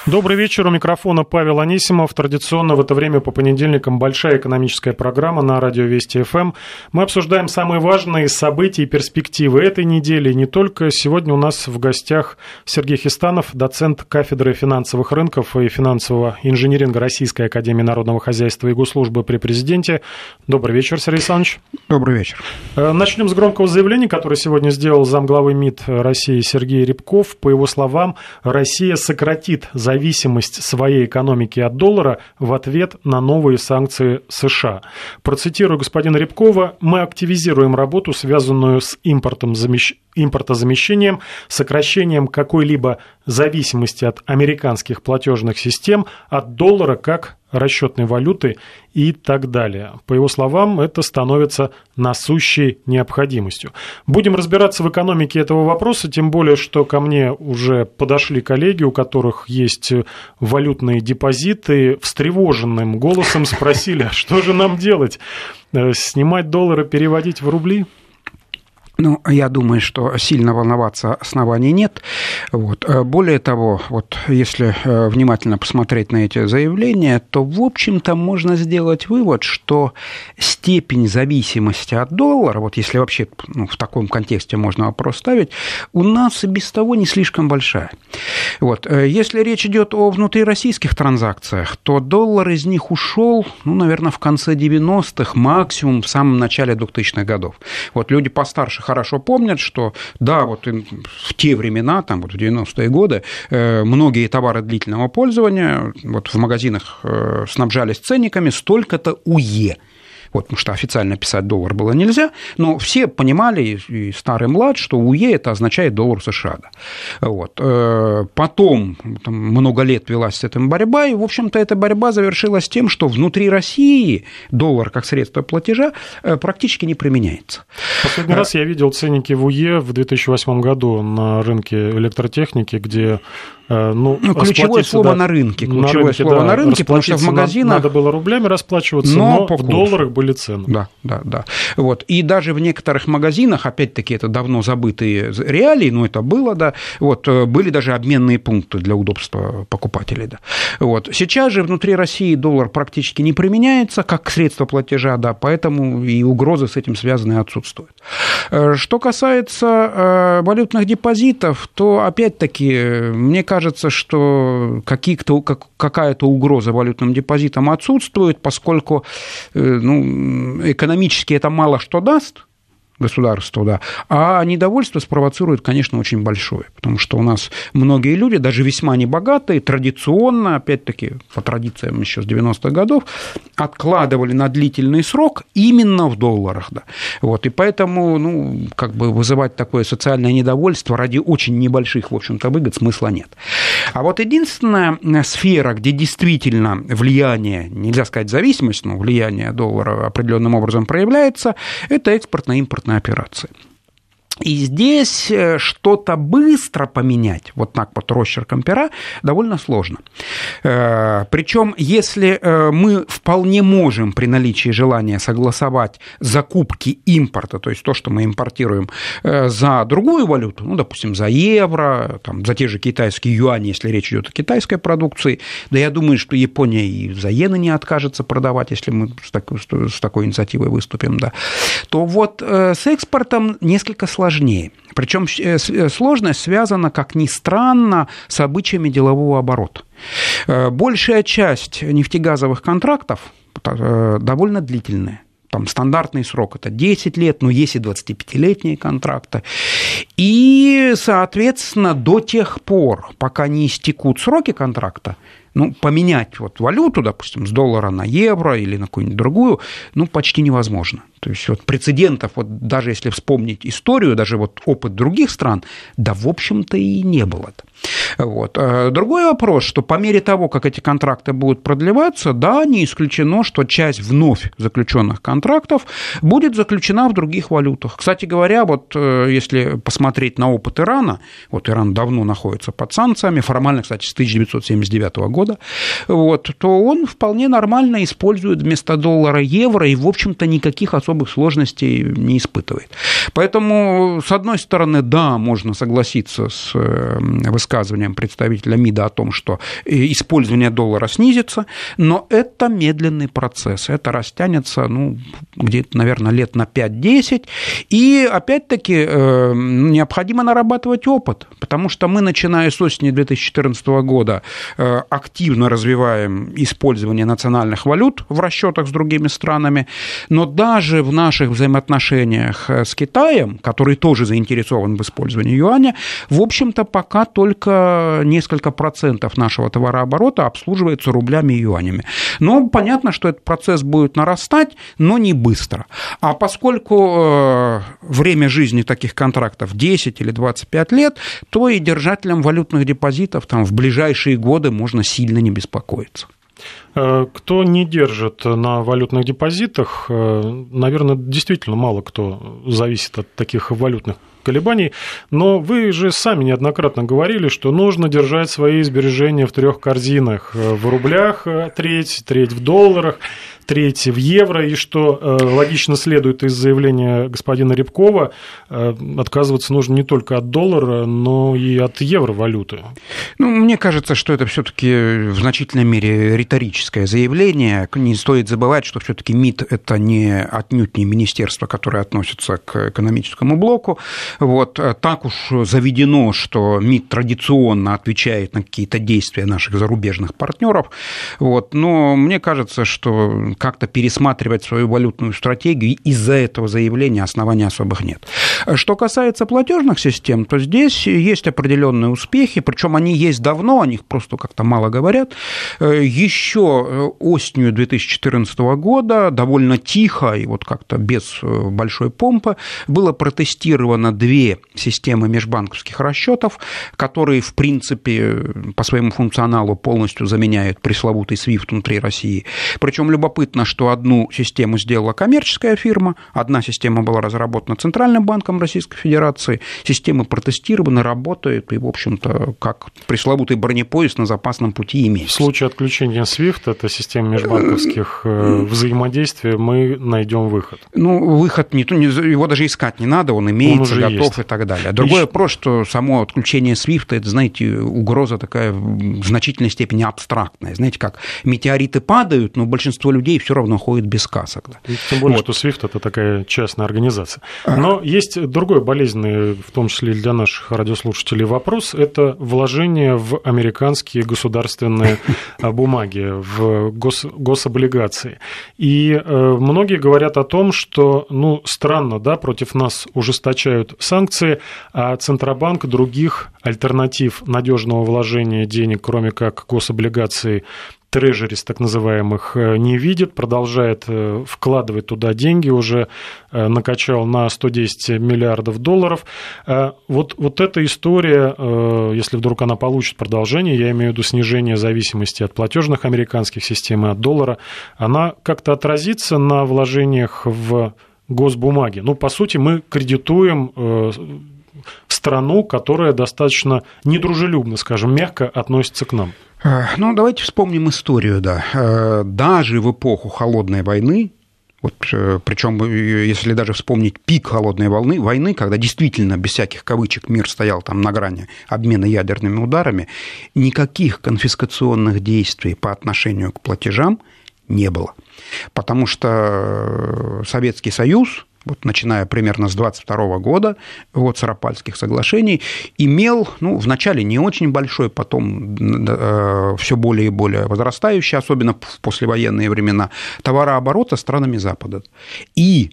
Добрый вечер. У микрофона Павел Анисимов. Традиционно в это время по понедельникам большая экономическая программа на радио Вести ФМ. Мы обсуждаем самые важные события и перспективы этой недели. И не только. Сегодня у нас в гостях Сергей Хистанов, доцент кафедры финансовых рынков и финансового инжиниринга Российской академии народного хозяйства и госслужбы при президенте. Добрый вечер, Сергей Александрович. Добрый вечер. Начнем с громкого заявления, которое сегодня сделал замглавы МИД России Сергей Рябков. По его словам, Россия сократит зависимость своей экономики от доллара в ответ на новые санкции США. Процитирую господина Рябкова: «Мы активизируем работу, связанную с импортозамещением, сокращением какой-либо зависимости от американских платежных систем, от доллара как расчетной валюты и так далее». По его словам, это становится насущей необходимостью. Будем разбираться в экономике этого вопроса, тем более, что ко мне уже подошли коллеги, у которых есть валютные депозиты, встревоженным голосом спросили: а что же нам делать? Снимать доллары, переводить в рубли? Ну, я думаю, что сильно волноваться оснований нет. Вот. Более того, вот если внимательно посмотреть на эти заявления, то, в общем-то, можно сделать вывод, что степень зависимости от доллара, вот если вообще в таком контексте можно вопрос ставить, у нас и без того не слишком большая. Вот. Если речь идет о внутрироссийских транзакциях, то доллар из них ушел, наверное, в конце 90-х, максимум в самом начале 2000-х годов. Вот люди постарше хорошо помнят, что да, вот в те времена, там вот в 90-е годы, многие товары длительного пользования вот в магазинах снабжались ценниками столько-то УЕ. Вот, потому что официально писать доллар было нельзя, но все понимали, и старый, и млад, что УЕ это означает доллар США. Да. Вот. Потом много лет велась с этим борьба, и, в общем-то, эта борьба завершилась тем, что внутри России доллар как средство платежа практически не применяется. Последний раз я видел ценники в УЕ в 2008 году на рынке электротехники, где ключевое слово на рынке. Ключевое слово на рынке, потому что в магазинах надо было рублями расплачиваться, но в долларах были цены. Да. Вот. И даже в некоторых магазинах, опять-таки, это давно забытые реалии, но это было, да, вот, были даже обменные пункты для удобства покупателей. Да. Вот. Сейчас же внутри России доллар практически не применяется как средство платежа, да, поэтому и угрозы с этим связанные отсутствуют. Что касается валютных депозитов, то, опять-таки, мне кажется, что какая-то угроза валютным депозитам отсутствует, поскольку экономически это мало что даст государству, да, а недовольство спровоцирует, конечно, очень большое, потому что у нас многие люди, даже весьма небогатые, традиционно, опять-таки, по традициям еще с 90-х годов, откладывали на длительный срок именно в долларах, да. Вот, и поэтому, вызывать такое социальное недовольство ради очень небольших, в общем-то, выгод смысла нет. А вот единственная сфера, где действительно влияние, нельзя сказать зависимость, но влияние доллара определенным образом проявляется, это экспортно-импортные операции. И здесь что-то быстро поменять, вот так вот росчерком пера, довольно сложно. Причем, если мы вполне можем при наличии желания согласовать закупки импорта, то есть то, что мы импортируем, за другую валюту, допустим, за евро, там, за те же китайские юани, если речь идет о китайской продукции, да я думаю, что Япония и за иены не откажется продавать, если мы с такой инициативой выступим, да, то вот с экспортом несколько сложнее. Причем сложность связана, как ни странно, с обычаями делового оборота. Большая часть нефтегазовых контрактов довольно длительная. Там стандартный срок – это 10 лет, но есть и 25-летние контракты. И, соответственно, до тех пор, пока не истекут сроки контракта, поменять вот валюту, допустим, с доллара на евро или на какую-нибудь другую, почти невозможно. То есть вот прецедентов, вот даже если вспомнить историю, даже вот опыт других стран, да, в общем-то, и не было. Вот. Другой вопрос, что по мере того, как эти контракты будут продлеваться, да, не исключено, что часть вновь заключенных контрактов будет заключена в других валютах. Кстати говоря, вот если посмотреть на опыт Ирана, вот Иран давно находится под санкциями, формально, кстати, с 1979 года, вот, то он вполне нормально использует вместо доллара евро и, в общем-то, никаких особых сложностей не испытывает. Поэтому, с одной стороны, да, можно согласиться с высказыванием представителя МИДа о том, что использование доллара снизится, но это медленный процесс, это растянется, где-то, наверное, лет на 5-10, и, опять-таки, необходимо нарабатывать опыт, потому что мы, начиная с осени 2014 года, активно развиваем использование национальных валют в расчетах с другими странами, но даже в наших взаимоотношениях с Китаем, который тоже заинтересован в использовании юаня, в общем-то, пока только несколько процентов нашего товарооборота обслуживается рублями и юанями. Но понятно, что этот процесс будет нарастать, но не быстро. А поскольку время жизни таких контрактов 10 или 25 лет, то и держателям валютных депозитов в ближайшие годы можно сильно не беспокоиться. Кто не держит на валютных депозитах, наверное, действительно мало кто зависит от таких валютных колебаний, но вы же сами неоднократно говорили, что нужно держать свои сбережения в 3 корзинах: в рублях треть в долларах, треть в евро, и что логично следует из заявления господина Рябкова, отказываться нужно не только от доллара, но и от евровалюты. Мне кажется, что это все-таки в значительной мере риторическое заявление. Не стоит забывать, что все-таки МИД – это отнюдь не министерство, которое относится к экономическому блоку. Вот. Так уж заведено, что МИД традиционно отвечает на какие-то действия наших зарубежных партнеров. Вот. Но мне кажется, что как-то пересматривать свою валютную стратегию из-за этого заявления оснований особых нет. Что касается платежных систем, то здесь есть определенные успехи, причем они есть давно, о них просто как-то мало говорят. Еще осенью 2014 года довольно тихо и вот как-то без большой помпы было протестировано 2 системы межбанковских расчетов, которые, в принципе, по своему функционалу полностью заменяют пресловутый SWIFT внутри России. Причем любопытно, что одну систему сделала коммерческая фирма, одна система была разработана Центральным банком Российской Федерации, системы протестированы, работают, и, в общем-то, как пресловутый бронепоезд на запасном пути имеется. В случае отключения SWIFT, это система межбанковских взаимодействий, мы найдем выход. Выход, его даже искать не надо, он имеется, готов есть. И так далее. Другой вопрос, что само отключение SWIFT, это, знаете, угроза такая в значительной степени абстрактная. Знаете, как метеориты падают, но большинство людей все равно ходит без касок. Да. Тем более, что SWIFT – это такая частная организация. Но есть другой болезненный, в том числе и для наших радиослушателей, вопрос – это вложение в американские государственные бумаги, в гособлигации. И многие говорят о том, что, странно, да, против нас ужесточают санкции, а Центробанк других альтернатив надежного вложения денег, кроме как гособлигаций, трежерис, так называемых, не видит, продолжает вкладывать туда деньги, уже накачал на 110 миллиардов долларов. Вот эта история, если вдруг она получит продолжение, я имею в виду снижение зависимости от платежных американских систем и от доллара, она как-то отразится на вложениях в госбумаги. По сути, мы кредитуем страну, которая достаточно недружелюбно, скажем, мягко относится к нам. Давайте вспомним историю, да. Даже в эпоху Холодной войны, причем, если даже вспомнить пик Холодной войны, когда действительно, без всяких кавычек, мир стоял там на грани обмена ядерными ударами, никаких конфискационных действий по отношению к платежам не было. Потому что Советский Союз, начиная примерно с 1922 года, с Раппальских соглашений, имел, вначале не очень большой, потом все более и более возрастающий, особенно в послевоенные времена, товарооборот со странами Запада. И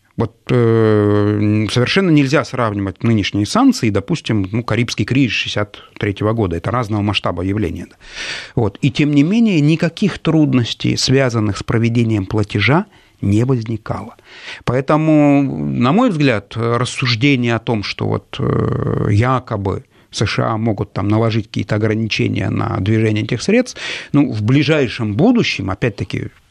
совершенно нельзя сравнивать нынешние санкции и, допустим, Карибский кризис 1963 года. Это разного масштаба явления. И тем не менее, никаких трудностей, связанных с проведением платежа, не возникало. Поэтому, на мой взгляд, рассуждение о том, что якобы США могут наложить какие-то ограничения на движение этих средств, в ближайшем будущем, опять-таки,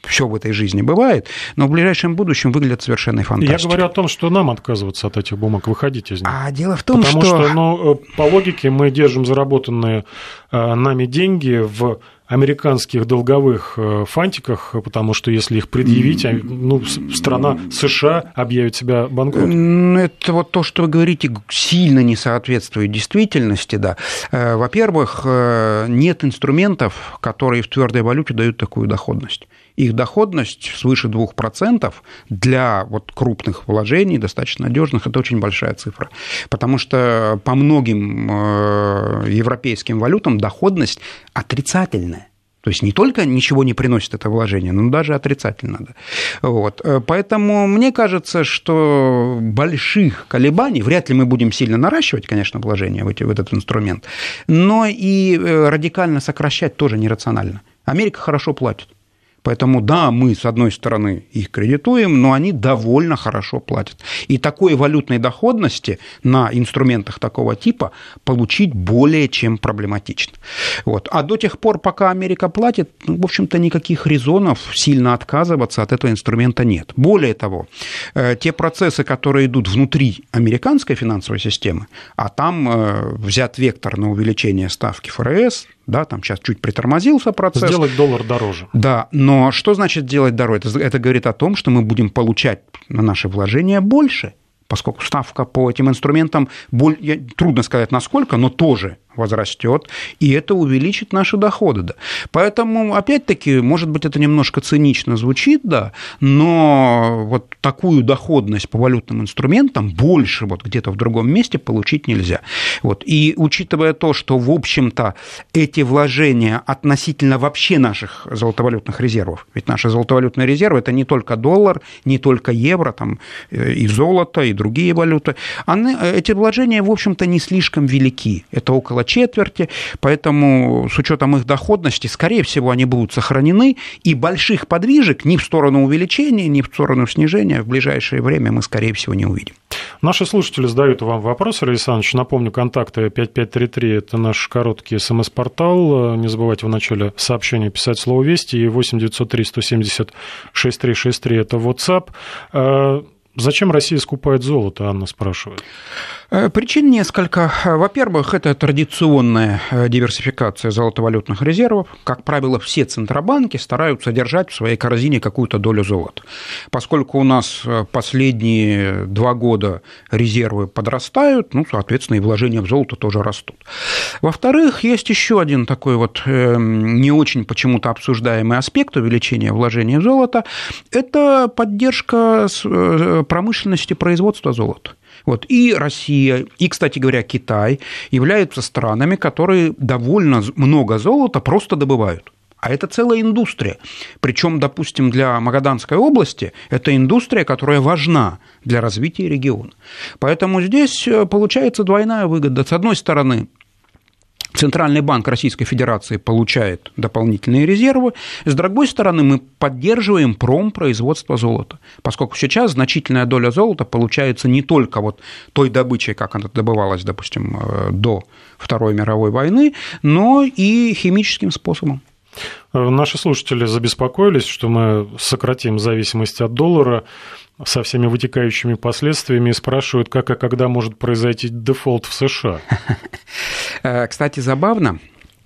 все в этой жизни бывает, но в ближайшем будущем выглядят совершенно фантастически. Я говорю о том, что нам отказываться от этих бумаг, выходить из них. А дело в том, Потому что по логике мы держим заработанные нами деньги в американских долговых фантиках, потому что если их предъявить, страна США объявит себя банкротом. Это вот то, что вы говорите, сильно не соответствует действительности, да. Во-первых, нет инструментов, которые в твердой валюте дают такую доходность. Их доходность свыше 2% для вот крупных вложений, достаточно надежных, это очень большая цифра. Потому что по многим европейским валютам доходность отрицательная. То есть не только ничего не приносит это вложение, но даже отрицательно. Да. Вот. Поэтому мне кажется, что больших колебаний, вряд ли мы будем сильно наращивать, конечно, вложения в этот инструмент, но и радикально сокращать тоже нерационально. Америка хорошо платит. Поэтому, да, мы, с одной стороны, их кредитуем, но они довольно хорошо платят. И такой валютной доходности на инструментах такого типа получить более чем проблематично. Вот. А до тех пор, пока Америка платит, в общем-то, никаких резонов сильно отказываться от этого инструмента нет. Более того, те процессы, которые идут внутри американской финансовой системы, а там взят вектор на увеличение ставки ФРС, да, там сейчас чуть притормозился процесс. Сделать доллар дороже. Да, но что значит делать дороже? Это говорит о том, что мы будем получать на наши вложения больше, поскольку ставка по этим инструментам, трудно сказать насколько, но тоже возрастет, и это увеличит наши доходы. Да. Поэтому, опять-таки, может быть, это немножко цинично звучит, да, но вот такую доходность по валютным инструментам больше вот где-то в другом месте получить нельзя. Вот. И учитывая то, что, в общем-то, эти вложения относительно вообще наших золотовалютных резервов, ведь наши золотовалютные резервы – это не только доллар, не только евро, там и золото, и другие валюты, эти вложения, в общем-то, не слишком велики. Это около четверти, поэтому с учетом их доходности, скорее всего, они будут сохранены, и больших подвижек ни в сторону увеличения, ни в сторону снижения в ближайшее время мы, скорее всего, не увидим. Наши слушатели задают вам вопрос, Алексей Александрович. Напомню, контакты 5533 – это наш короткий СМС-портал. Не забывайте в начале сообщения писать слово «Вести», и 8903 170 6363 – это WhatsApp. Зачем Россия скупает золото, Анна спрашивает. Причин несколько. Во-первых, это традиционная диверсификация золотовалютных резервов. Как правило, все центробанки стараются держать в своей корзине какую-то долю золота. Поскольку у нас последние 2 года резервы подрастают, соответственно, и вложения в золото тоже растут. Во-вторых, есть еще один такой вот не очень почему-то обсуждаемый аспект увеличения вложения в золото. Это поддержка промышленности производства золота. Вот. И Россия, и, кстати говоря, Китай являются странами, которые довольно много золота просто добывают. А это целая индустрия. Причем, допустим, для Магаданской области это индустрия, которая важна для развития региона. Поэтому здесь получается двойная выгода. С одной стороны, Центральный банк Российской Федерации получает дополнительные резервы. С другой стороны, мы поддерживаем промпроизводство золота, поскольку сейчас значительная доля золота получается не только вот той добычей, как она добывалась, допустим, до Второй мировой войны, но и химическим способом. Наши слушатели забеспокоились, что мы сократим зависимость от доллара со всеми вытекающими последствиями, и спрашивают, как и когда может произойти дефолт в США. Кстати, забавно,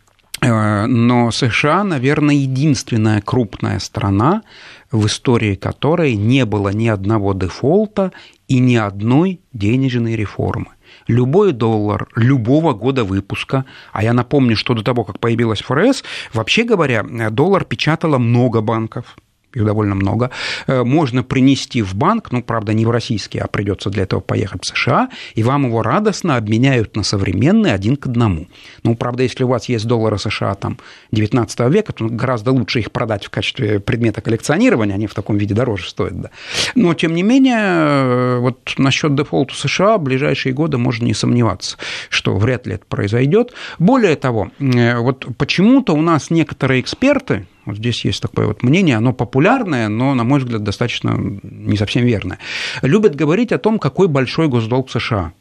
но США, наверное, единственная крупная страна, в истории которой не было ни одного дефолта и ни одной денежной реформы. Любой доллар любого года выпуска, а я напомню, что до того, как появилась ФРС, вообще говоря, доллар печатало много банков. Их довольно много, можно принести в банк, правда, не в российский, а придется для этого поехать в США, и вам его радостно обменяют на современный 1 к 1. Правда, если у вас есть доллары США там 19 века, то гораздо лучше их продать в качестве предмета коллекционирования, они в таком виде дороже стоят. Да. Но, тем не менее, вот насчет дефолта США в ближайшие годы можно не сомневаться, что вряд ли это произойдет. Более того, вот почему-то у нас некоторые эксперты, вот здесь есть такое вот мнение, оно популярное, но, на мой взгляд, достаточно не совсем верное. Любят говорить о том, какой большой госдолг США.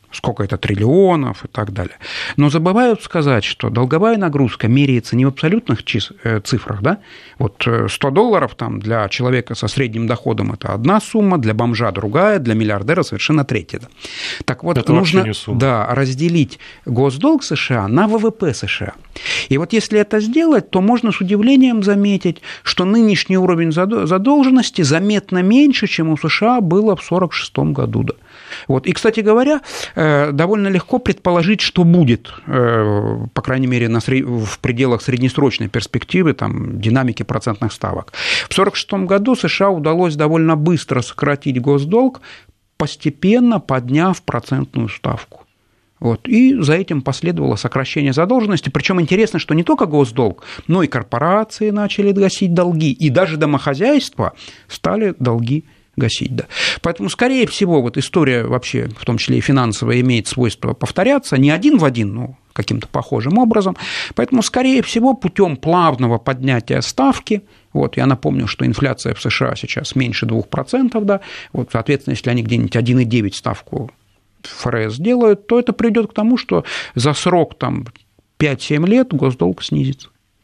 сколько это триллионов и так далее. Но забывают сказать, что долговая нагрузка меряется не в абсолютных цифрах, да? Вот $100 там, для человека со средним доходом – это одна сумма, для бомжа другая, для миллиардера совершенно третья. Да? Так вот, это нужно разделить госдолг США на ВВП США. И вот если это сделать, то можно с удивлением заметить, что нынешний уровень задолженности заметно меньше, чем у США было в 1946 году. Да. Вот. И, кстати говоря, довольно легко предположить, что будет, по крайней мере, в пределах среднесрочной перспективы там, динамики процентных ставок. В 1946 году США удалось довольно быстро сократить госдолг, постепенно подняв процентную ставку. Вот. И за этим последовало сокращение задолженности. Причем интересно, что не только госдолг, но и корпорации начали гасить долги, и даже домохозяйства стали долги гасить. Да. Поэтому, скорее всего, вот история вообще, в том числе и финансовая, имеет свойство повторяться не один в один, но каким-то похожим образом. Поэтому, скорее всего, путем плавного поднятия ставки, вот, я напомню, что инфляция в США сейчас меньше 2%, да, вот, соответственно, если они где-нибудь 1,9 ставку ФРС делают, то это приведет к тому, что за срок там, 5-7 лет госдолг снизится.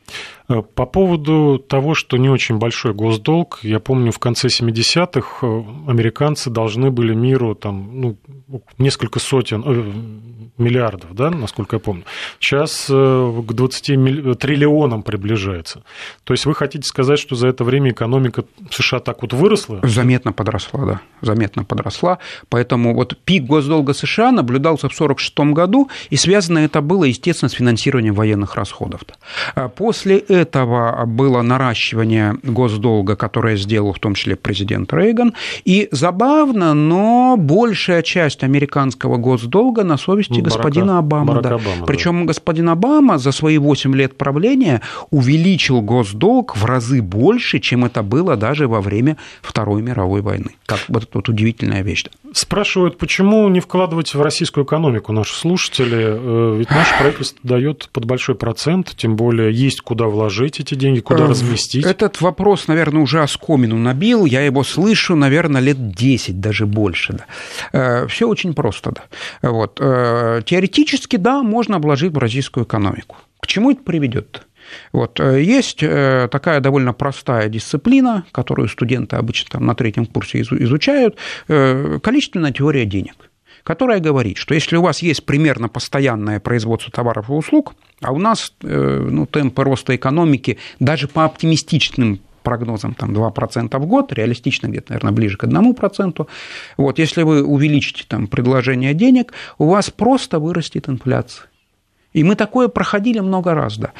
По поводу того, что не очень большой госдолг, я помню, в конце 70-х американцы должны были миру там, несколько сотен миллиардов, да, насколько я помню. Сейчас к 20 триллионам приближается. То есть вы хотите сказать, что за это время экономика США так вот выросла? Заметно подросла, да, заметно подросла. Поэтому вот пик госдолга США наблюдался в 1946 году, и связано это было, естественно, с финансированием военных расходов. После этого было наращивание госдолга, которое сделал в том числе президент Рейган. И забавно, но большая часть американского госдолга на совести господина Обамы. Да. Причем господин Обама за свои 8 лет правления увеличил госдолг в разы больше, чем это было даже во время Второй мировой войны. Как вот тут удивительная вещь. Спрашивают, почему не вкладывать в российскую экономику наши слушатели? Ведь наше правительство дает под большой процент, тем более есть куда вложить эти деньги, куда разместить. Этот вопрос, наверное, уже оскомину набил. Я его слышу, наверное, лет 10, даже больше. Да. Все очень просто. Да. Вот. Теоретически, да, можно вложить в российскую экономику. К чему это приведет? Вот. Есть такая довольно простая дисциплина, которую студенты обычно там, на 3-м курсе изучают, количественная теория денег, которая говорит, что если у вас есть примерно постоянное производство товаров и услуг, а у нас темпы роста экономики даже по оптимистичным прогнозам там, 2% в год, реалистично где-то, наверное, ближе к 1%. Вот, если вы увеличите там, предложение денег, у вас просто вырастет инфляция. И мы такое проходили много раз. Да.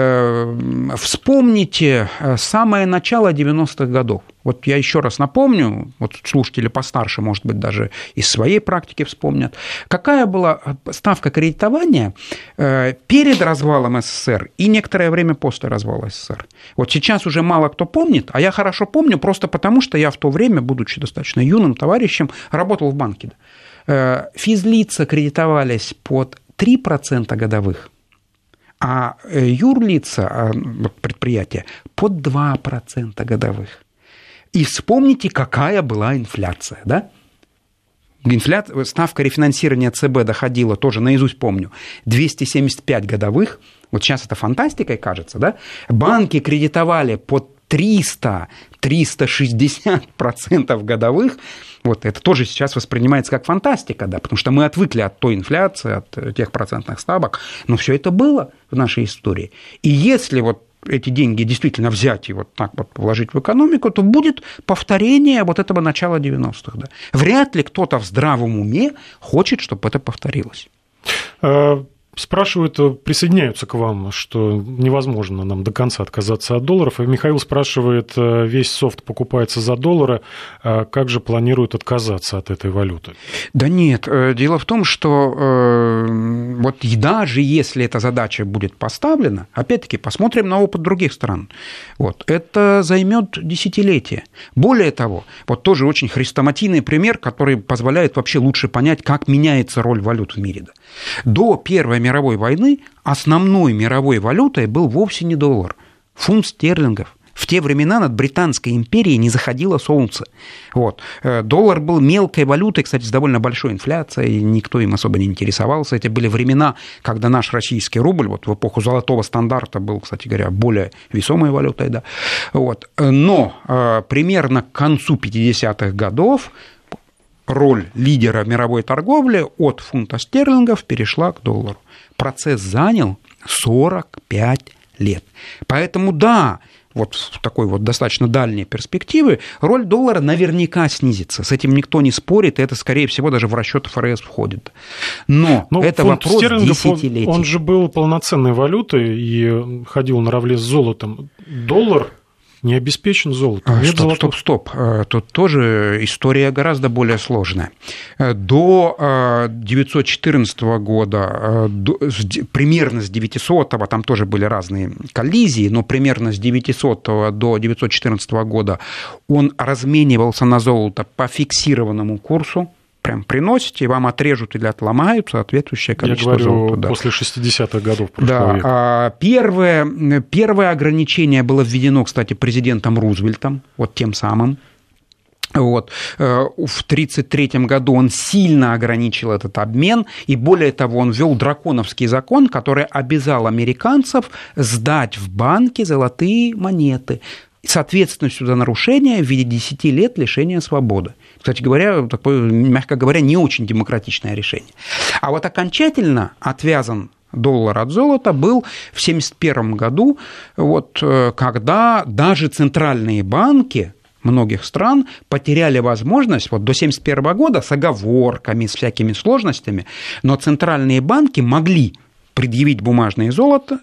Вспомните самое начало 90-х годов. Вот я еще раз напомню, вот слушатели постарше, может быть, даже из своей практики вспомнят, какая была ставка кредитования перед развалом СССР и некоторое время после развала СССР. Вот сейчас уже мало кто помнит, а я хорошо помню просто потому, что я в то время, будучи достаточно юным товарищем, работал в банке. Физлица кредитовались под 3% годовых, а юрлица, предприятия, под 2% годовых. И вспомните, какая была инфляция, да? Ставка рефинансирования ЦБ доходила, тоже наизусть помню, 275 годовых, вот сейчас это фантастикой кажется, да? Банки кредитовали под 300-360% годовых, вот это тоже сейчас воспринимается как фантастика, да, потому что мы отвыкли от той инфляции, от тех процентных ставок, но все это было в нашей истории. И если вот эти деньги действительно взять и вот так вот вложить в экономику, то будет повторение вот этого начала 90-х. Да. Вряд ли кто-то в здравом уме хочет, чтобы это повторилось. Спрашивают, присоединяются к вам, что невозможно нам до конца отказаться от долларов. И Михаил спрашивает, весь софт покупается за доллары, как же планируют отказаться от этой валюты? Да нет, дело в том, что вот даже если эта задача будет поставлена, опять-таки посмотрим на опыт других стран, вот, это займет десятилетия. Более того, вот тоже очень хрестоматийный пример, который позволяет вообще лучше понять, как меняется роль валют в мире. До Первой мировой войны основной мировой валютой был вовсе не доллар, фунт стерлингов. В те времена над Британской империей не заходило солнце. Вот. Доллар был мелкой валютой, кстати, с довольно большой инфляцией, никто им особо не интересовался. Это были времена, когда наш российский рубль, вот в эпоху золотого стандарта, был, кстати говоря, более весомой валютой. Да. Вот. Но примерно к концу 50-х годов роль лидера мировой торговли от фунта стерлингов перешла к доллару. Процесс занял 45 лет. Поэтому да, вот в такой вот достаточно дальней перспективе роль доллара наверняка снизится. С этим никто не спорит, и это, скорее всего, даже в расчет ФРС входит. Но это вопрос десятилетий. Он же был полноценной валютой и ходил наравне с золотом. Доллар не обеспечен золотом. Стоп. Тут тоже история гораздо более сложная. До 1914 года, примерно с 900-го, там тоже были разные коллизии, но примерно с 900-го до 1914 года он разменивался на золото по фиксированному курсу. Прям приносите, и вам отрежут или отломают соответствующее количество золота. Я говорю, да. После 60-х годов прошлого века. Да. Первое ограничение было введено, кстати, президентом Рузвельтом, вот тем самым. Вот. В 1933 году он сильно ограничил этот обмен, и более того, он ввел драконовский закон, который обязал американцев сдать в банки золотые монеты с ответственностью за нарушение в виде 10 лет лишения свободы. Кстати говоря, такое, мягко говоря, не очень демократичное решение. А вот окончательно отвязан доллар от золота был в 1971 году, вот, когда даже центральные банки многих стран потеряли возможность, вот до 1971 года с оговорками, с всякими сложностями, но центральные банки могли предъявить бумажные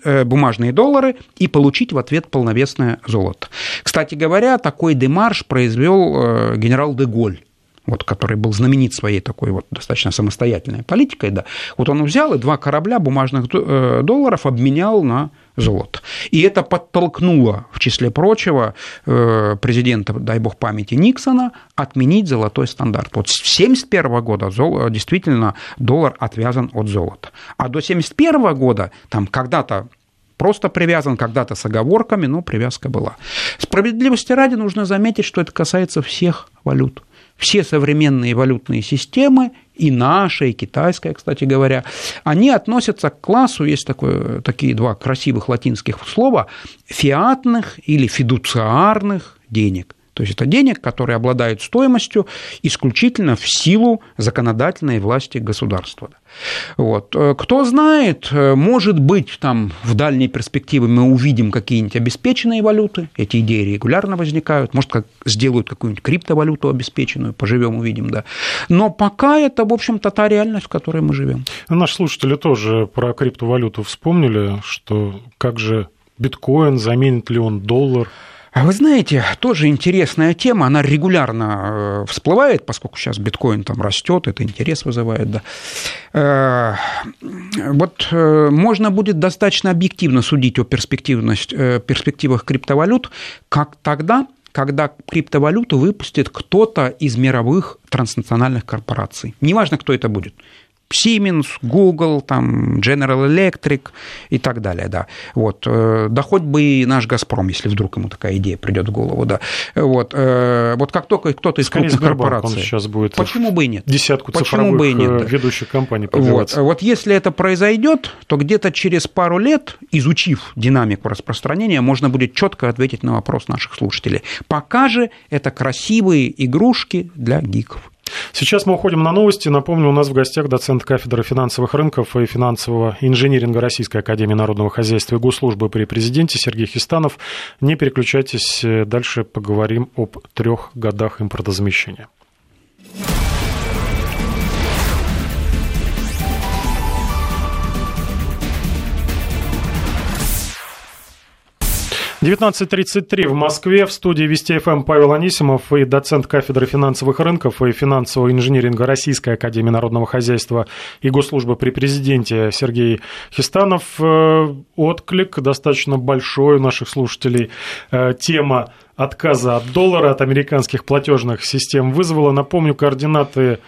доллары и получить в ответ полновесное золото. Кстати говоря, такой демарш произвел генерал де Голль, вот, который был знаменит своей такой вот достаточно самостоятельной политикой. Да. Вот он взял и 2 корабля бумажных долларов обменял на золото. И это подтолкнуло, в числе прочего, президента, дай бог памяти, Никсона отменить золотой стандарт. Вот с 1971 года действительно доллар отвязан от золота. А до 1971 года там когда-то просто привязан, когда-то с оговорками, но привязка была. Справедливости ради нужно заметить, что это касается всех валют. Все современные валютные системы, и наша, и китайская, кстати говоря, они относятся к классу, есть такие 2 красивых латинских слова, фиатных или фидуциарных денег. То есть это денег, которые обладают стоимостью исключительно в силу законодательной власти государства. Вот. Кто знает, может быть, там в дальней перспективе мы увидим какие-нибудь обеспеченные валюты, эти идеи регулярно возникают, может, сделают какую-нибудь криптовалюту обеспеченную, поживем, увидим, да. Но пока это, в общем-то, та реальность, в которой мы живем. Наши слушатели тоже про криптовалюту вспомнили, что как же биткоин, заменит ли он доллар? А вы знаете, тоже интересная тема, она регулярно всплывает, поскольку сейчас биткоин там растет, это интерес вызывает. Да. Вот можно будет достаточно объективно судить о перспективах криптовалют, как тогда, когда криптовалюту выпустит кто-то из мировых транснациональных корпораций. Неважно, кто это будет. Siemens, Google, там, General Electric и так далее, да. Вот. Да хоть бы и наш «Газпром», если вдруг ему такая идея придет в голову, да. Вот как только кто-то из крупных корпораций... сейчас будет почему бы и нет? Десятку цифровых ведущих компаний пробиваться. Вот если это произойдет, то где-то через пару лет, изучив динамику распространения, можно будет четко ответить на вопрос наших слушателей. Пока же это красивые игрушки для гиков. Сейчас мы уходим на новости. Напомню, у нас в гостях доцент кафедры финансовых рынков и финансового инжиниринга Российской академии народного хозяйства и госслужбы при президенте Сергей Хистанов. Не переключайтесь, дальше поговорим об 3 годах импортозамещения. — 19:33 в Москве. В студии Вести ФМ Павел Анисимов и доцент кафедры финансовых рынков и финансового инжиниринга Российской академии народного хозяйства и госслужбы при президенте Сергей Хистанов. Отклик достаточно большой у наших слушателей. Тема отказа от доллара, от американских платежных систем вызвало. Напомню, координаты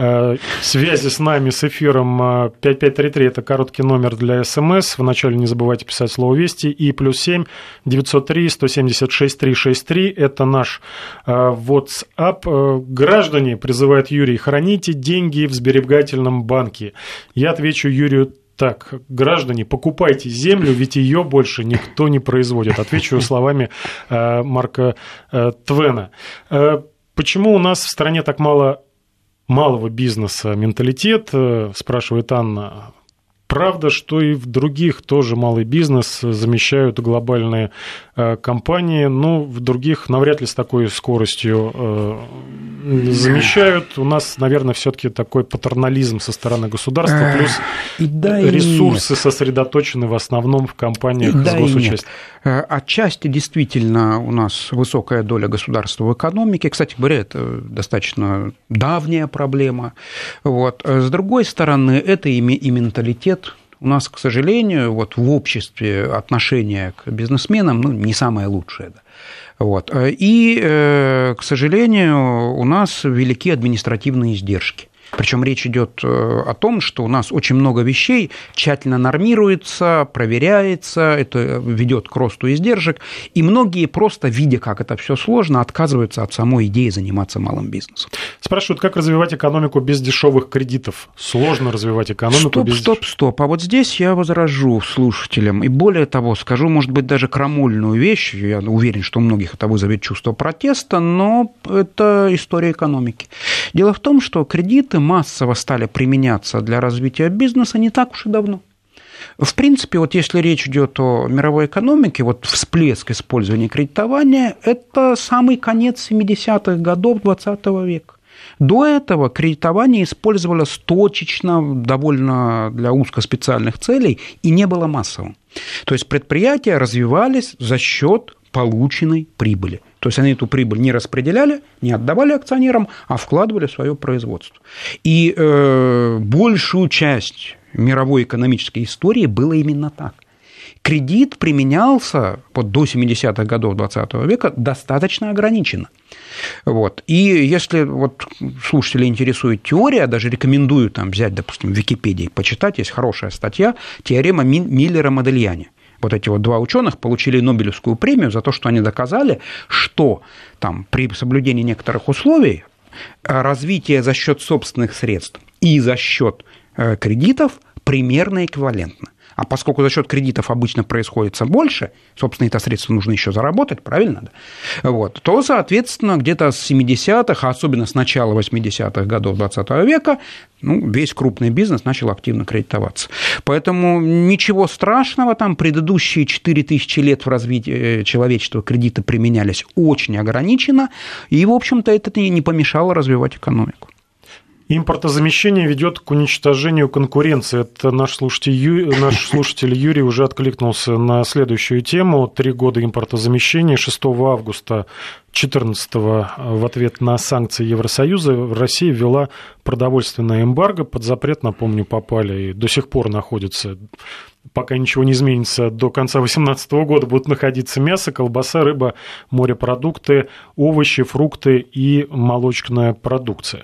связи с нами, с эфиром 5533, это короткий номер для СМС. Вначале не забывайте писать слово «Вести». И +7 903 176 363, это наш WhatsApp. Граждане, призывает Юрий, храните деньги в сберегательном банке. Я отвечу Юрию так: граждане, покупайте землю, ведь ее больше никто не производит. Отвечу словами Марка Твена. Почему у нас в стране так мало малого бизнеса менталитет, спрашивает Анна. Правда, что и в других тоже малый бизнес замещают глобальные компании, но в других навряд ли с такой скоростью замещают. У нас, наверное, все-таки такой патернализм со стороны государства, плюс ресурсы сосредоточены в основном в компаниях с госучастием. Отчасти действительно у нас высокая доля государства в экономике. Кстати говоря, это достаточно давняя проблема. Вот. С другой стороны, это и менталитет. У нас, к сожалению, вот в обществе отношение к бизнесменам не самое лучшее. Вот. И, к сожалению, у нас велики административные издержки. Причем речь идет о том, что у нас очень много вещей тщательно нормируется, проверяется, это ведет к росту издержек, и многие просто, видя, как это все сложно, отказываются от самой идеи заниматься малым бизнесом. Спрашивают, как развивать экономику без дешевых кредитов? Сложно развивать экономику без... Стоп. А вот здесь я возражу слушателям, и более того, скажу, может быть, даже крамольную вещь, я уверен, что у многих это вызовет чувство протеста, но это история экономики. Дело в том, что кредиты массово стали применяться для развития бизнеса не так уж и давно. В принципе, вот если речь идет о мировой экономике, вот всплеск использования кредитования – это самый конец 70-х годов XX века. До этого кредитование использовалось точечно, довольно для узкоспециальных целей, и не было массовым. То есть предприятия развивались за счет полученной прибыли. То есть они эту прибыль не распределяли, не отдавали акционерам, а вкладывали в свое производство. И большую часть мировой экономической истории было именно так. Кредит применялся до 70-х годов XX века достаточно ограниченно. Вот. И если вот слушателей интересует теория, даже рекомендую там взять, допустим, в Википедии, почитать, есть хорошая статья «Теорема Миллера-Модельяне». Вот эти вот два ученых получили Нобелевскую премию за то, что они доказали, что там, при соблюдении некоторых условий развитие за счет собственных средств и за счет кредитов примерно эквивалентно. А поскольку за счет кредитов обычно происходит больше, собственно, это средства нужно еще заработать, правильно? Вот, то, соответственно, где-то с 70-х, а особенно с начала 80-х годов 20 века, весь крупный бизнес начал активно кредитоваться. Поэтому ничего страшного, там предыдущие 4000 лет в развитии человечества кредиты применялись очень ограниченно, и, в общем-то, это не помешало развивать экономику. Импортозамещение ведет к уничтожению конкуренции. Это наш слушатель Юрий уже откликнулся на следующую тему. 3 года импортозамещения. 6 августа 2014 в ответ на санкции Евросоюза Россия ввела продовольственное эмбарго. Под запрет, напомню, попали и до сих пор находятся, пока ничего не изменится, до конца 2018 года будут находиться мясо, колбаса, рыба, морепродукты, овощи, фрукты и молочная продукция.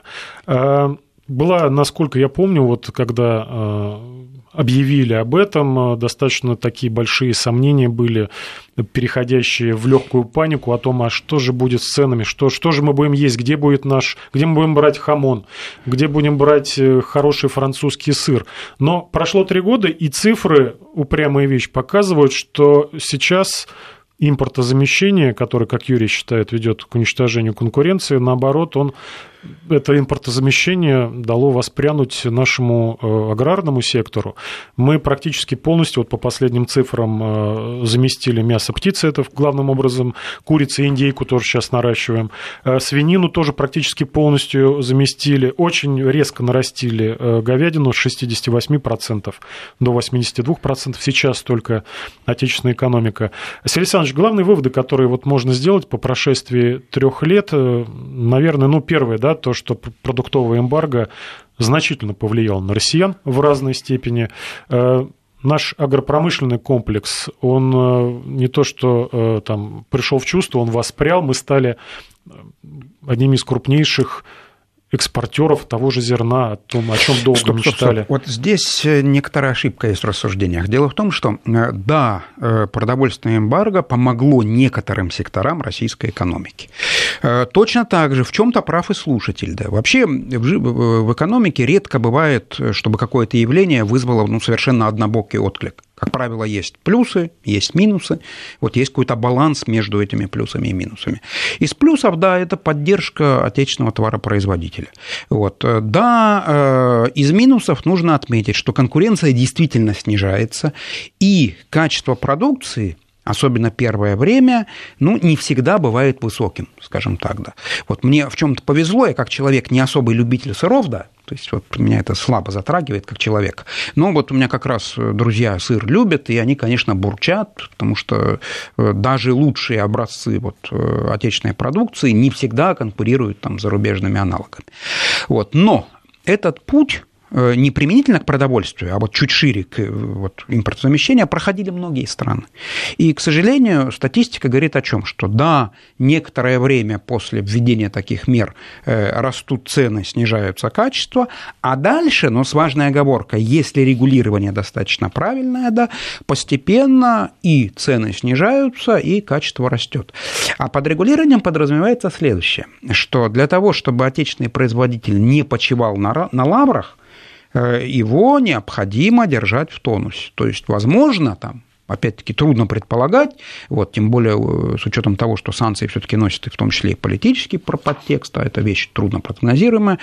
Была, насколько я помню, вот когда объявили об этом, достаточно такие большие сомнения были, переходящие в легкую панику о том, а что же будет с ценами, что же мы будем есть, где мы будем брать хамон, где будем брать хороший французский сыр. Но прошло 3 года, и цифры, упрямая вещь, показывают, что сейчас импортозамещение, которое, как Юрий считает, ведет к уничтожению конкуренции, наоборот, это импортозамещение дало воспрянуть нашему аграрному сектору. Мы практически полностью, вот по последним цифрам, заместили мясо птицы, это главным образом курица и индейку тоже сейчас наращиваем. Свинину тоже практически полностью заместили. Очень резко нарастили говядину с 68% до 82%. Сейчас только отечественная экономика. Сергей Александрович, главные выводы, которые вот можно сделать по прошествии 3 лет, наверное, первое, то, что продуктовое эмбарго значительно повлияло на россиян в разной степени. наш агропромышленный комплекс, он не то что там пришел в чувство, он воспрял, мы стали одними из крупнейших экспортеров того же зерна, о том, о чем долго мечтали. Вот здесь некоторая ошибка есть в рассуждениях. Дело в том, что да, продовольственное эмбарго помогло некоторым секторам российской экономики. Точно так же в чем-то прав и слушатель. Да. Вообще в экономике редко бывает, чтобы какое-то явление вызвало совершенно однобокий отклик. Как правило, есть плюсы, есть минусы. Вот есть какой-то баланс между этими плюсами и минусами. Из плюсов, да, это поддержка отечественного товаропроизводителя. Вот. Да, из минусов нужно отметить, что конкуренция действительно снижается, и качество продукции, особенно первое время, не всегда бывает высоким, скажем так, да. Вот мне в чем-то повезло, я как человек не особый любитель сыров, да, то есть вот меня это слабо затрагивает как человек. Но вот у меня как раз друзья сыр любят, и они, конечно, бурчат, потому что даже лучшие образцы отечественной продукции не всегда конкурируют там с зарубежными аналогами. Вот. Но этот путь не применительно к продовольствию, а чуть шире к импортозамещению проходили многие страны. И, к сожалению, статистика говорит о чем? Что да, некоторое время после введения таких мер растут цены, снижаются качество, а дальше, но с важной оговоркой, если регулирование достаточно правильное, да, постепенно и цены снижаются, и качество растет. А под регулированием подразумевается следующее, что для того, чтобы отечественный производитель не почивал на лаврах, его необходимо держать в тонусе. То есть, возможно, там, опять-таки, трудно предполагать, тем более с учетом того, что санкции все-таки носят и в том числе и политический подтекст, а это вещь трудно прогнозируемая,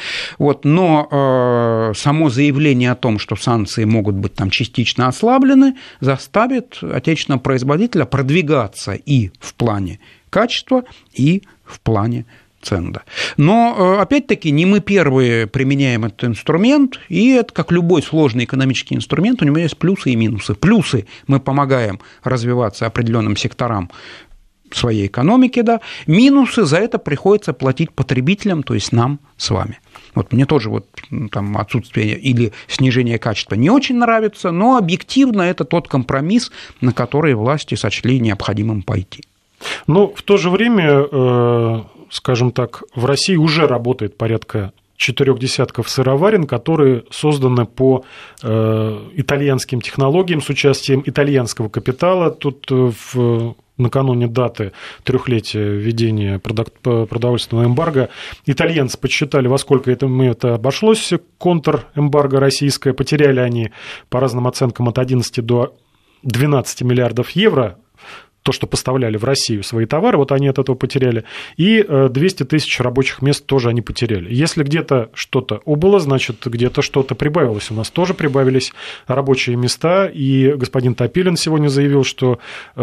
но само заявление о том, что санкции могут быть там частично ослаблены, заставит отечественного производителя продвигаться и в плане качества, и в плане цен. Да. Но, опять-таки, не мы первые применяем этот инструмент, и это, как любой сложный экономический инструмент, у него есть плюсы и минусы. Плюсы – мы помогаем развиваться определенным секторам своей экономики, да. Минусы – за это приходится платить потребителям, то есть нам с вами. Мне тоже там отсутствие или снижение качества не очень нравится, но объективно это тот компромисс, на который власти сочли необходимым пойти. Но в то же время, скажем так, в России уже работает порядка 4 десятков сыроварен, которые созданы по итальянским технологиям с участием итальянского капитала. Тут накануне даты 3-летия введения продовольственного эмбарго итальянцы подсчитали, во сколько это обошлось, контрэмбарго российское. Потеряли они, по разным оценкам, от 11 до 12 миллиардов евро, то, что поставляли в Россию свои товары, они от этого потеряли, и 200 тысяч рабочих мест тоже они потеряли. Если где-то что-то убыло, значит, где-то что-то прибавилось. У нас тоже прибавились рабочие места, и господин Топилин сегодня заявил, что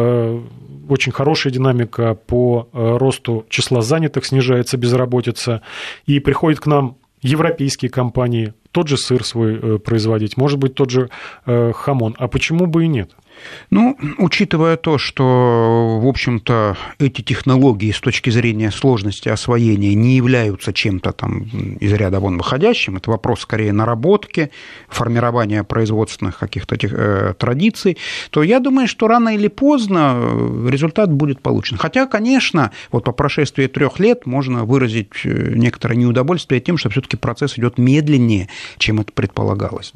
очень хорошая динамика по росту числа занятых, снижается безработица, и приходит к нам европейские компании тот же сыр свой производить, может быть, тот же хамон, а почему бы и нет? Учитывая то, что, в общем-то, эти технологии с точки зрения сложности освоения не являются чем-то там из ряда вон выходящим, это вопрос скорее наработки, формирования производственных каких-то традиций, то я думаю, что рано или поздно результат будет получен. Хотя, конечно, по прошествии 3 лет можно выразить некоторое неудовольствие тем, что все-таки процесс идет медленнее, чем это предполагалось.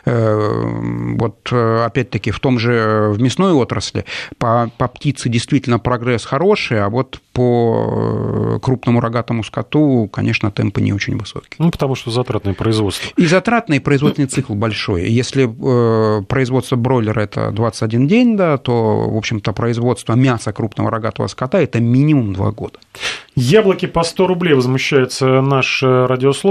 Опять-таки, в мясной отрасли по птице действительно прогресс хороший, а по крупному рогатому скоту, конечно, темпы не очень высокие. Потому что затратное производство. И затратный производственный цикл большой. Если производство бройлера – это 21 день, да, то, в общем-то, производство мяса крупного рогатого скота – это минимум 2 года. Яблоки по 100 рублей, возмущается наш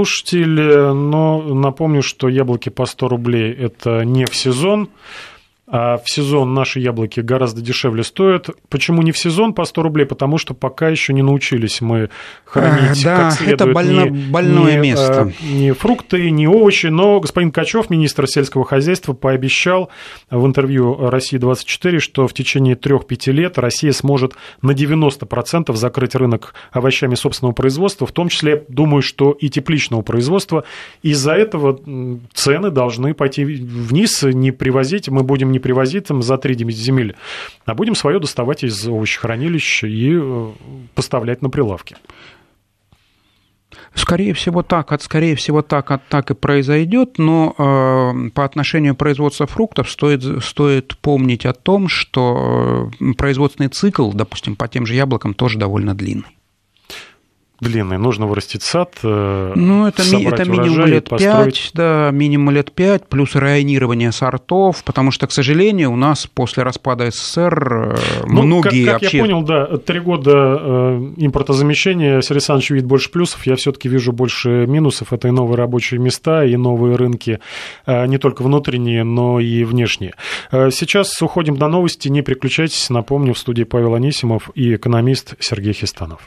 радиослушатель, но напомню, что яблоки по 100 рублей – это не в сезон. а в сезон наши яблоки гораздо дешевле стоят. Почему не в сезон по 100 рублей? Потому что пока еще не научились мы хранить как следует это больное место. Ни фрукты, ни овощи. Но господин Качев, министр сельского хозяйства, пообещал в интервью «России-24», что в течение 3-5 лет Россия сможет на 90% закрыть рынок овощами собственного производства, в том числе, думаю, что и тепличного производства. Из-за этого цены должны пойти вниз, не привозить, мы будем не привозить там за 3 земель, а будем свое доставать из овощехранилища и поставлять на прилавки. Скорее всего, так и произойдет, но по отношению к производству фруктов стоит помнить о том, что производственный цикл, допустим, по тем же яблокам тоже довольно длинный. Длинный. Нужно вырастить сад, это минимум лет 5, минимум лет 5, плюс районирование сортов, потому что, к сожалению, у нас после распада СССР многие... Как я понял, 3 года импортозамещения, Сергей Александрович видит больше плюсов, я все-таки вижу больше минусов. Это и новые рабочие места, и новые рынки, не только внутренние, но и внешние. Сейчас уходим на новости, не переключайтесь. Напомню, в студии Павел Анисимов и экономист Сергей Хистанов.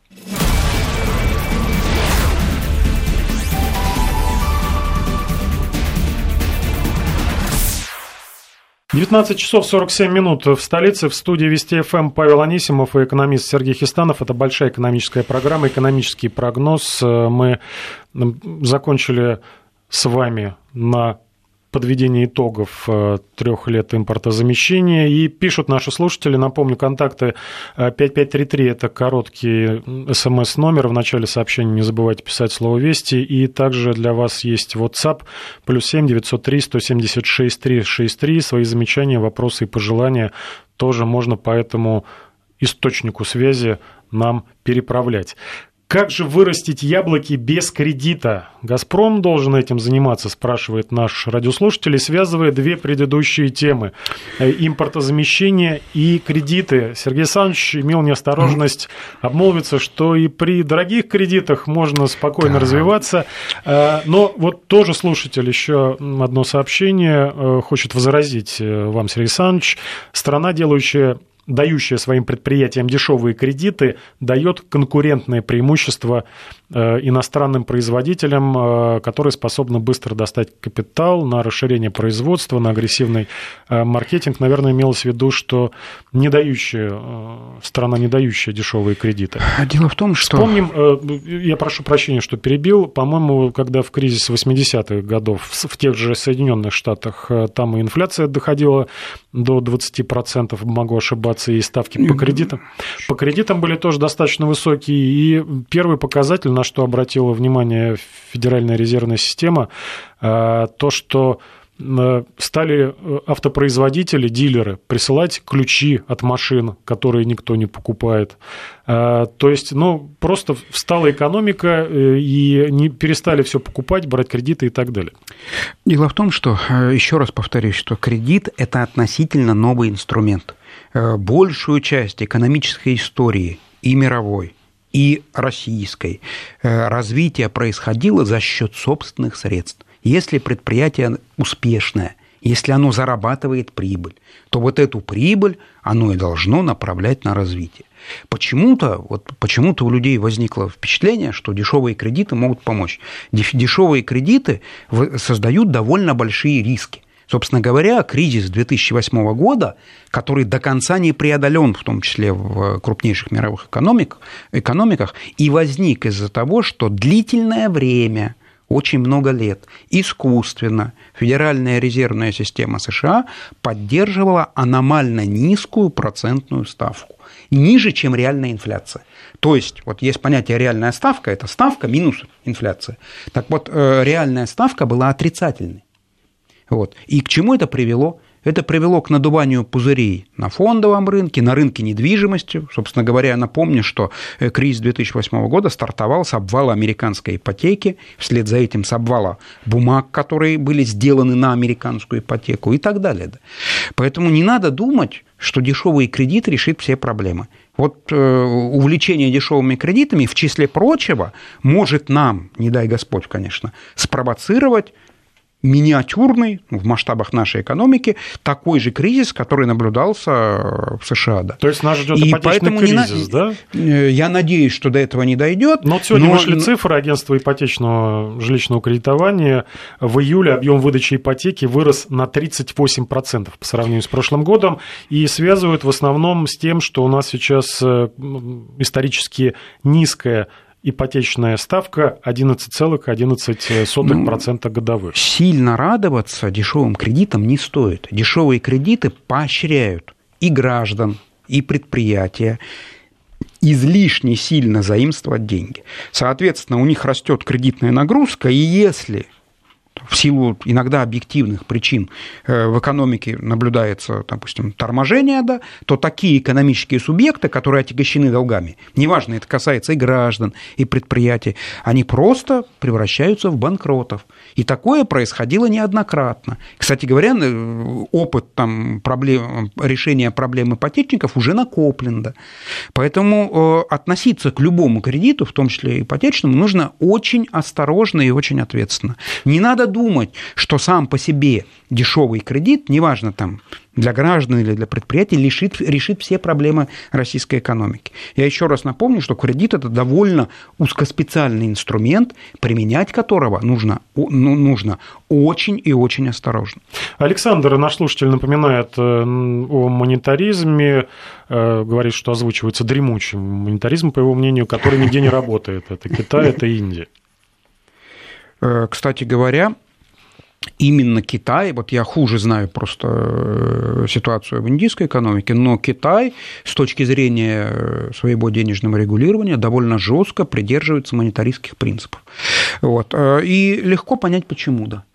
19 часов 47 минут в столице. В студии Вести ФМ Павел Анисимов и экономист Сергей Хистанов. Это большая экономическая программа, экономический прогноз. Мы закончили с вами на подведение итогов 3 лет импортозамещения. И пишут наши слушатели, напомню, контакты 5533, это короткий СМС-номер. В начале сообщения не забывайте писать слово «Вести». И также для вас есть WhatsApp, +7 903 176 363. Свои замечания, вопросы и пожелания тоже можно по этому источнику связи нам переправлять. Как же вырастить яблоки без кредита? «Газпром» должен этим заниматься, спрашивает наш радиослушатель, и связывает 2 предыдущие темы – импортозамещение и кредиты. Сергей Александрович имел неосторожность обмолвиться, что и при дорогих кредитах можно спокойно развиваться. Но вот тоже слушатель, еще одно сообщение, хочет возразить вам, Сергей Александрович. Страна, дающая своим предприятиям дешевые кредиты, дает конкурентное преимущество иностранным производителям, которые способны быстро достать капитал на расширение производства, на агрессивный маркетинг. Наверное, имелось в виду, что страна, не дающая дешевые кредиты. Дело в том, что... Вспомним, я прошу прощения, что перебил, по-моему, когда в кризис 80-х годов в тех же Соединенных Штатах там и инфляция доходила до 20%, могу ошибаться, и ставки по кредитам были тоже достаточно высокие. И первый показатель, на что обратила внимание Федеральная резервная система, то, что стали автопроизводители, дилеры присылать ключи от машин, которые никто не покупает. То есть, просто встала экономика, и не перестали все покупать, брать кредиты и так далее. Дело в том, что, еще раз повторюсь, что кредит – это относительно новый инструмент. Большую часть экономической истории и мировой, и российской развитие происходило за счет собственных средств. Если предприятие успешное, если оно зарабатывает прибыль, то вот эту прибыль оно и должно направлять на развитие. Почему-то у людей возникло впечатление, что дешевые кредиты могут помочь. Дешевые кредиты создают довольно большие риски. Собственно говоря, кризис 2008 года, который до конца не преодолен, в том числе в крупнейших мировых экономиках, и возник из-за того, что длительное время, очень много лет, искусственно Федеральная резервная система США поддерживала аномально низкую процентную ставку, ниже, чем реальная инфляция. То есть, вот есть понятие реальная ставка, это ставка минус инфляция. Так вот, реальная ставка была отрицательной. И к чему это привело? Это привело к надуванию пузырей на фондовом рынке, на рынке недвижимости. Собственно говоря, я напомню, что кризис 2008 года стартовал с обвала американской ипотеки, вслед за этим с обвала бумаг, которые были сделаны на американскую ипотеку и так далее. Поэтому не надо думать, что дешевый кредит решит все проблемы. Увлечение дешевыми кредитами, в числе прочего, может нам, не дай Господь, конечно, спровоцировать миниатюрный в масштабах нашей экономики такой же кризис, который наблюдался в США. Да. То есть нас ждет ипотечный кризис, да? Я надеюсь, что до этого не дойдет. Но сегодня вышли цифры агентства ипотечного жилищного кредитования. В июле объем выдачи ипотеки вырос на 38% по сравнению с прошлым годом и связывают в основном с тем, что у нас сейчас исторически низкая ипотечная ставка 11,11% годовых. Сильно радоваться дешевым кредитам не стоит. Дешевые кредиты поощряют и граждан, и предприятия излишне сильно заимствовать деньги. Соответственно, у них растет кредитная нагрузка, и если в силу иногда объективных причин в экономике наблюдается, допустим, торможение, да, то такие экономические субъекты, которые отягощены долгами, неважно, это касается и граждан, и предприятий, они просто превращаются в банкротов. И такое происходило неоднократно. Кстати говоря, опыт решения проблем ипотечников уже накоплен. Да. Поэтому относиться к любому кредиту, в том числе и ипотечному, нужно очень осторожно и очень ответственно. Не надо думать, что сам по себе дешевый кредит, неважно там для граждан или для предприятий, решит все проблемы российской экономики. Я еще раз напомню, что кредит – это довольно узкоспециальный инструмент, применять которого нужно очень и очень осторожно. Александр, наш слушатель, напоминает о монетаризме, говорит, что озвучивается дремучий монетаризм, по его мнению, который нигде не работает. Это Китай, это Индия. Кстати говоря, именно Китай, вот я хуже знаю просто ситуацию в индийской экономике, но Китай с точки зрения своего денежного регулирования довольно жестко придерживается монетаристских принципов. Вот. И легко понять, почему. Да.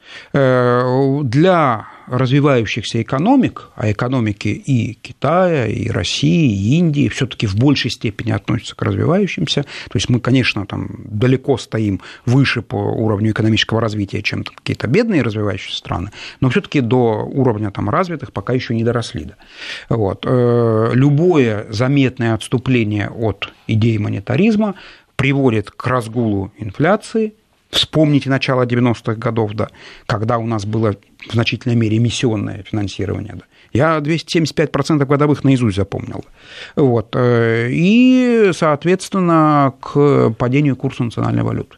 Для развивающихся экономик, а экономики и Китая, и России, и Индии все-таки в большей степени относятся к развивающимся. То есть мы, конечно, там далеко стоим выше по уровню экономического развития, чем там какие-то бедные развивающиеся страны, но все-таки до уровня там развитых пока еще не доросли. Да. Вот. Любое заметное отступление от идеи монетаризма приводит к разгулу инфляции. Вспомните начало 90-х годов, да, когда у нас было в значительной мере эмиссионное финансирование. Да. Я 275% годовых наизусть запомнил. Вот. И, соответственно, к падению курса национальной валюты.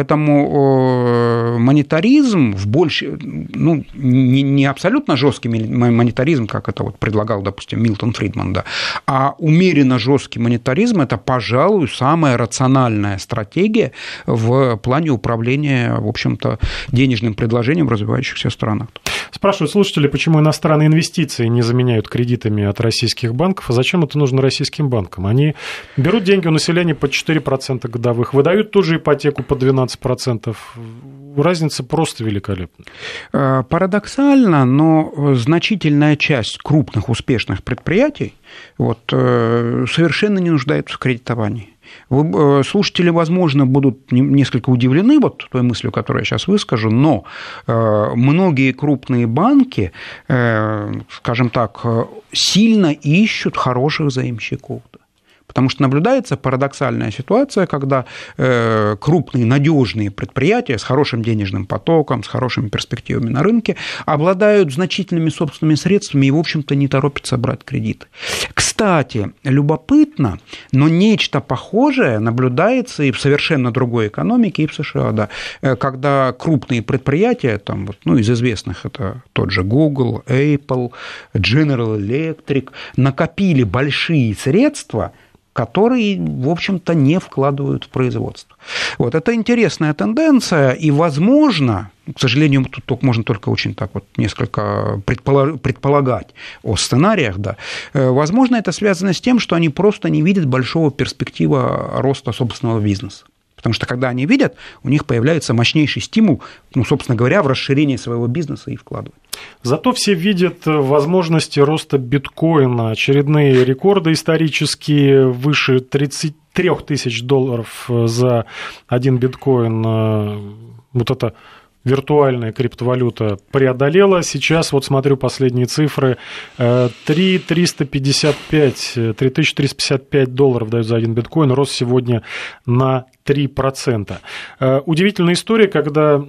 Поэтому монетаризм в больше, не абсолютно жесткий монетаризм, как это вот предлагал, допустим, Милтон Фридман, да, а умеренно жесткий монетаризм – это, пожалуй, самая рациональная стратегия в плане управления, в общем-то, денежным предложением в развивающихся странах. Спрашивают слушатели, почему иностранные инвестиции не заменяют кредитами от российских банков, а зачем это нужно российским банкам? Они берут деньги у населения под 4% годовых, выдают ту же ипотеку под 12%. Разница просто великолепна. Парадоксально, но значительная часть крупных успешных предприятий совершенно не нуждается в кредитовании. Слушатели, возможно, будут несколько удивлены той мыслью, которую я сейчас выскажу, но многие крупные банки, скажем так, сильно ищут хороших заемщиков. Потому что наблюдается парадоксальная ситуация, когда крупные надежные предприятия с хорошим денежным потоком, с хорошими перспективами на рынке обладают значительными собственными средствами и, в общем-то, не торопятся брать кредиты. Кстати, любопытно, но нечто похожее наблюдается и в совершенно другой экономике, и в США. Да, когда крупные предприятия, из известных это тот же Google, Apple, General Electric, накопили большие средства, которые, в общем-то, не вкладывают в производство. Вот это интересная тенденция, и, возможно, к сожалению, тут можно только очень так несколько предполагать о сценариях, да, возможно, это связано с тем, что они просто не видят большого перспектива роста собственного бизнеса. Потому что, когда они видят, у них появляется мощнейший стимул, собственно говоря, в расширение своего бизнеса и вкладывать. Зато все видят возможности роста биткоина, очередные рекорды исторические, выше 33 тысяч долларов за один биткоин. Вот это виртуальная криптовалюта преодолела. Сейчас, вот смотрю последние цифры, $3355 дают за один биткоин, рост сегодня на 3%. Удивительная история, когда,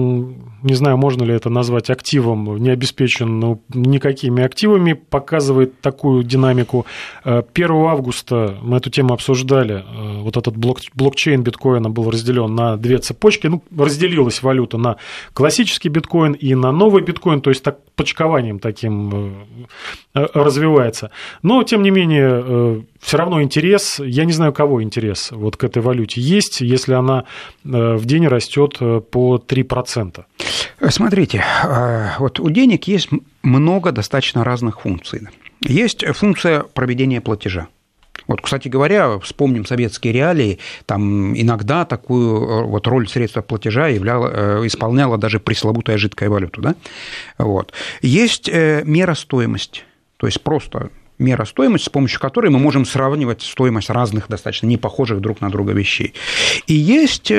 не знаю, можно ли это назвать активом, не обеспечен никакими активами, показывает такую динамику. 1 августа мы эту тему обсуждали, вот этот блокчейн биткоина был разделен на две цепочки, разделилась валюта на классический биткоин и на новый биткоин, то есть так почкованием таким развивается. Но, тем не менее, все равно интерес, я не знаю, кого интерес вот к этой валюте есть, если она в день растет по 3%. Смотрите, вот у денег есть много достаточно разных функций. Есть функция проведения платежа. Вот, кстати говоря, вспомним советские реалии, там иногда такую вот роль средства платежа исполняла даже пресловутая жидкая валюта. Да? Вот. Есть мера стоимости, то есть просто мера стоимости, с помощью которой мы можем сравнивать стоимость разных достаточно непохожих друг на друга вещей. И есть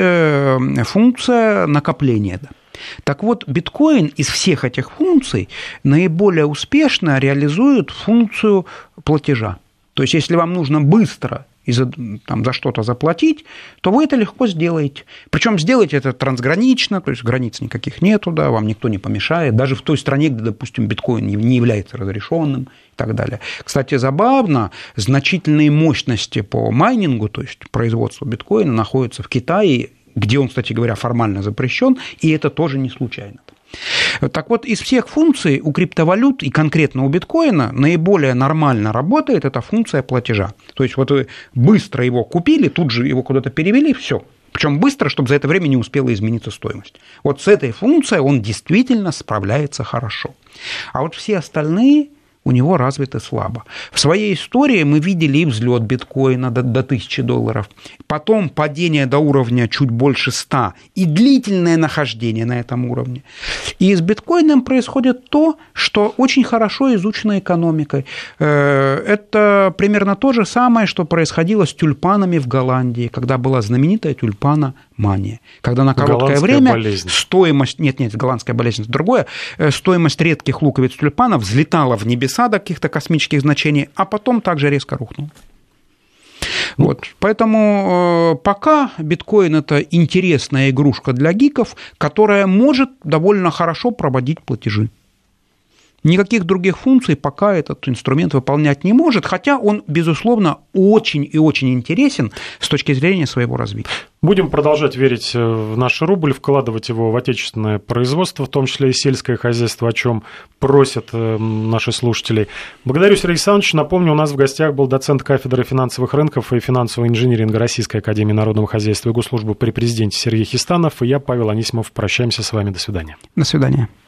функция накопления. Да? Так вот, биткоин из всех этих функций наиболее успешно реализует функцию платежа. То есть, если вам нужно быстро за что-то заплатить, то вы это легко сделаете. Причем сделать это трансгранично, то есть границ никаких нету, да, вам никто не помешает, даже в той стране, где, допустим, биткоин не является разрешенным и так далее. Кстати, забавно, значительные мощности по майнингу, то есть производству биткоина, находятся в Китае, где он, кстати говоря, формально запрещен, и это тоже не случайно. Так вот, из всех функций у криптовалют и конкретно у биткоина наиболее нормально работает эта функция платежа. То есть, вот вы быстро его купили, тут же его куда-то перевели, все. Причем быстро, чтобы за это время не успела измениться стоимость. Вот с этой функцией он действительно справляется хорошо. А вот все остальные у него развиты слабо. В своей истории мы видели и взлет биткоина до $1000, потом падение до уровня чуть больше 100 и длительное нахождение на этом уровне. И с биткоином происходит то, что очень хорошо изучено экономикой. Это примерно то же самое, что происходило с тюльпанами в Голландии, когда была знаменитая тюльпаномания. Когда на короткое время стоимость... Нет, голландская болезнь – это другое. Стоимость редких луковиц тюльпанов взлетала в небеса до каких-то космических значений, а потом также резко рухнула. Вот. Поэтому пока биткоин – это интересная игрушка для гиков, которая может довольно хорошо проводить платежи. Никаких других функций пока этот инструмент выполнять не может, хотя он, безусловно, очень и очень интересен с точки зрения своего развития. Будем продолжать верить в наш рубль, вкладывать его в отечественное производство, в том числе и сельское хозяйство, о чем просят наши слушатели. Благодарю, Сергей Александрович. Напомню, у нас в гостях был доцент кафедры финансовых рынков и финансового инжиниринга Российской академии народного хозяйства и госслужбы при президенте Сергей Хистанов, и я, Павел Анисимов. Прощаемся с вами. До свидания. До свидания.